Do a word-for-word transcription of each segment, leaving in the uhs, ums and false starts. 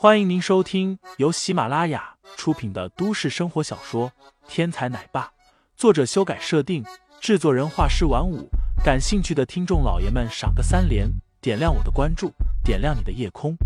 欢迎您收听由喜马拉雅出品的都市生活小说《天才奶爸》，作者修改设定，制作人画师晚舞。感兴趣的听众老爷们赏个三连，点亮我的关注，点亮你的夜空。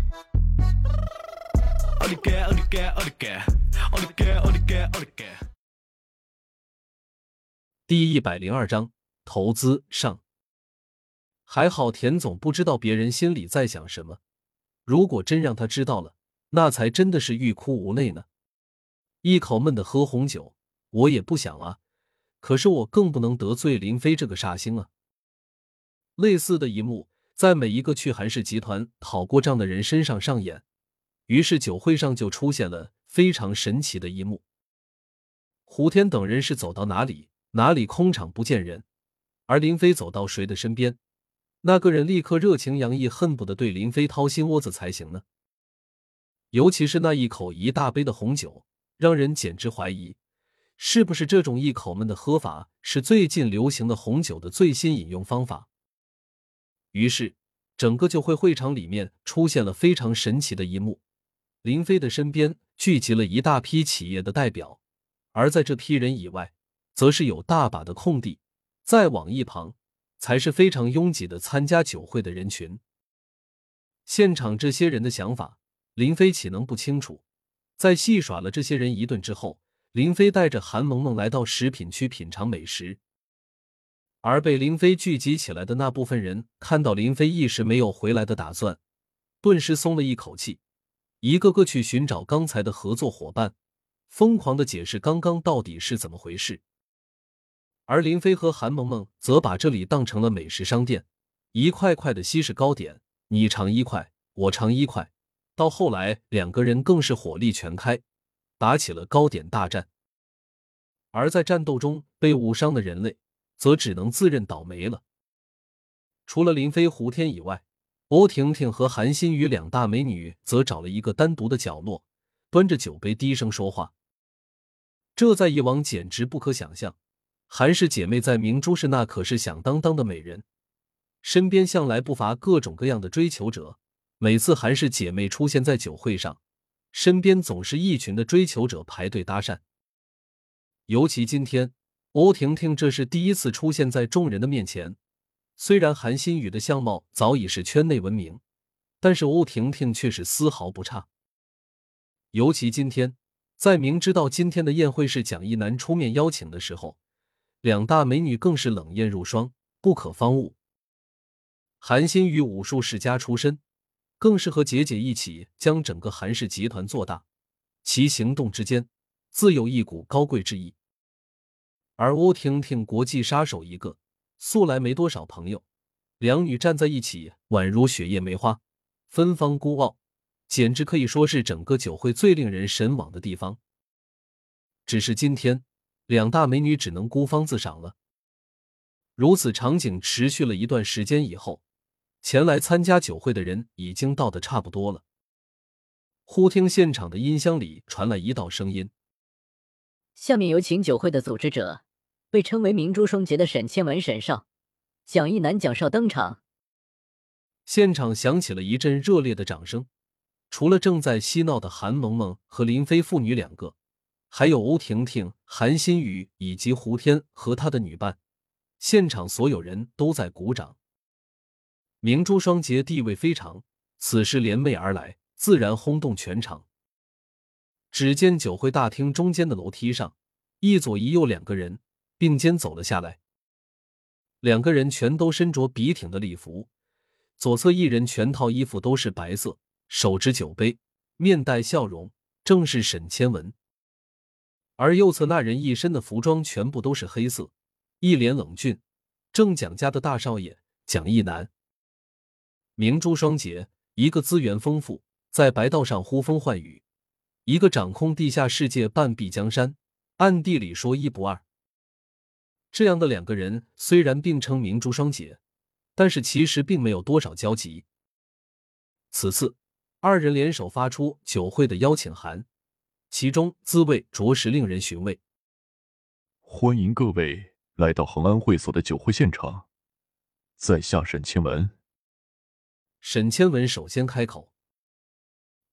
第一百零二章投资上。还好田总不知道别人心里在想什么，如果真让他知道了，那才真的是欲哭无泪呢。一口闷的喝红酒，我也不想啊，可是我更不能得罪林飞这个煞星啊。类似的一幕在每一个去韩氏集团讨过账的人身上上演，于是酒会上就出现了非常神奇的一幕。胡天等人是走到哪里，哪里空场不见人，而林飞走到谁的身边，那个人立刻热情洋溢，恨不得对林飞掏心窝子才行呢。尤其是那一口一大杯的红酒，让人简直怀疑，是不是这种一口闷的喝法是最近流行的红酒的最新饮用方法。于是整个酒会会场里面出现了非常神奇的一幕，林飞的身边聚集了一大批企业的代表，而在这批人以外，则是有大把的空地，再往一旁才是非常拥挤的参加酒会的人群。现场这些人的想法，林飞岂能不清楚？在戏耍了这些人一顿之后，林飞带着韩萌萌来到食品区品尝美食。而被林飞聚集起来的那部分人看到林飞一时没有回来的打算，顿时松了一口气，一个个去寻找刚才的合作伙伴，疯狂地解释刚刚到底是怎么回事。而林飞和韩萌萌则把这里当成了美食商店，一块块的西式糕点，你尝一块，我尝一块，到后来两个人更是火力全开，打起了糕点大战。而在战斗中被误伤的人类则只能自认倒霉了。除了林飞、胡天以外，欧婷婷和韩新宇两大美女则找了一个单独的角落，端着酒杯低声说话。这在以往简直不可想象，韩氏姐妹在明珠市那可是响当当的美人，身边向来不乏各种各样的追求者，每次韩氏姐妹出现在酒会上，身边总是一群的追求者排队搭讪。尤其今天欧婷婷这是第一次出现在众人的面前，虽然韩新宇的相貌早已是圈内闻名，但是欧婷婷却是丝毫不差。尤其今天，在明知道今天的宴会是蒋一楠出面邀请的时候，两大美女更是冷艳如霜，不可方物。韩新宇武术世家出身，更是和姐姐一起将整个韩氏集团做大，其行动之间自有一股高贵之意。而欧婷婷国际杀手一个，素来没多少朋友，两女站在一起宛如雪夜梅花，芬芳孤傲，简直可以说是整个酒会最令人神往的地方。只是今天两大美女只能孤芳自赏了。如此场景持续了一段时间以后，前来参加酒会的人已经到得差不多了。忽听现场的音箱里传来一道声音： 下面有请酒会的组织者，被称为明珠双杰的沈千文沈少、蒋一楠蒋少登场。 现场响起了一阵热烈的掌声，除了正在嬉闹的韩萌萌和林飞父女两个，还有欧婷婷、韩新宇以及胡天和他的女伴，现场所有人都在鼓掌。明珠双杰地位非常，此时联袂而来，自然轰动全场。只见酒会大厅中间的楼梯上，一左一右两个人并肩走了下来。两个人全都身着笔挺的礼服，左侧一人全套衣服都是白色，手持酒杯，面带笑容，正是沈千文。而右侧那人一身的服装全部都是黑色，一脸冷峻，正蒋家的大少爷蒋一楠。明珠双杰，一个资源丰富，在白道上呼风唤雨，一个掌控地下世界半壁江山，暗地里说一不二。这样的两个人虽然并称明珠双杰，但是其实并没有多少交集。此次二人联手发出酒会的邀请函，其中滋味着实令人寻味。 欢迎各位来到恒安会所的酒会现场，在下沈清文。 沈千文首先开口：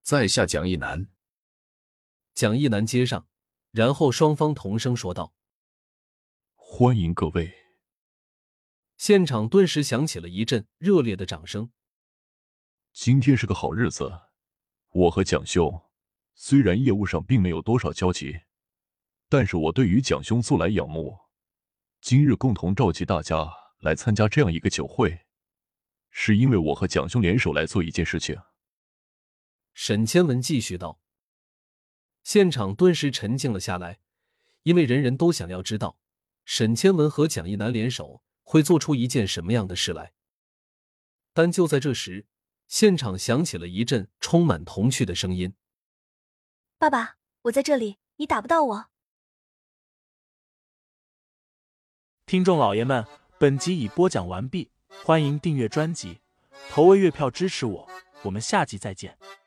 在下蒋一南。 蒋一南接上，然后双方同声说道：“ 欢迎各位。” 现场顿时响起了一阵热烈的掌声。 今天是个好日子，我和蒋兄虽然业务上并没有多少交集，但是我对于蒋兄素来仰慕。今日共同召集大家来参加这样一个酒会，是因为我和蒋兄联手来做一件事情。 沈千文继续道。现场顿时沉静了下来，因为人人都想要知道沈千文和蒋一南联手会做出一件什么样的事来。但就在这时，现场响起了一阵充满童趣的声音：“ 爸爸，我在这里，你打不到我。” 听众老爷们，本集已播讲完毕，欢迎订阅专辑，投喂月票支持我，我们下集再见。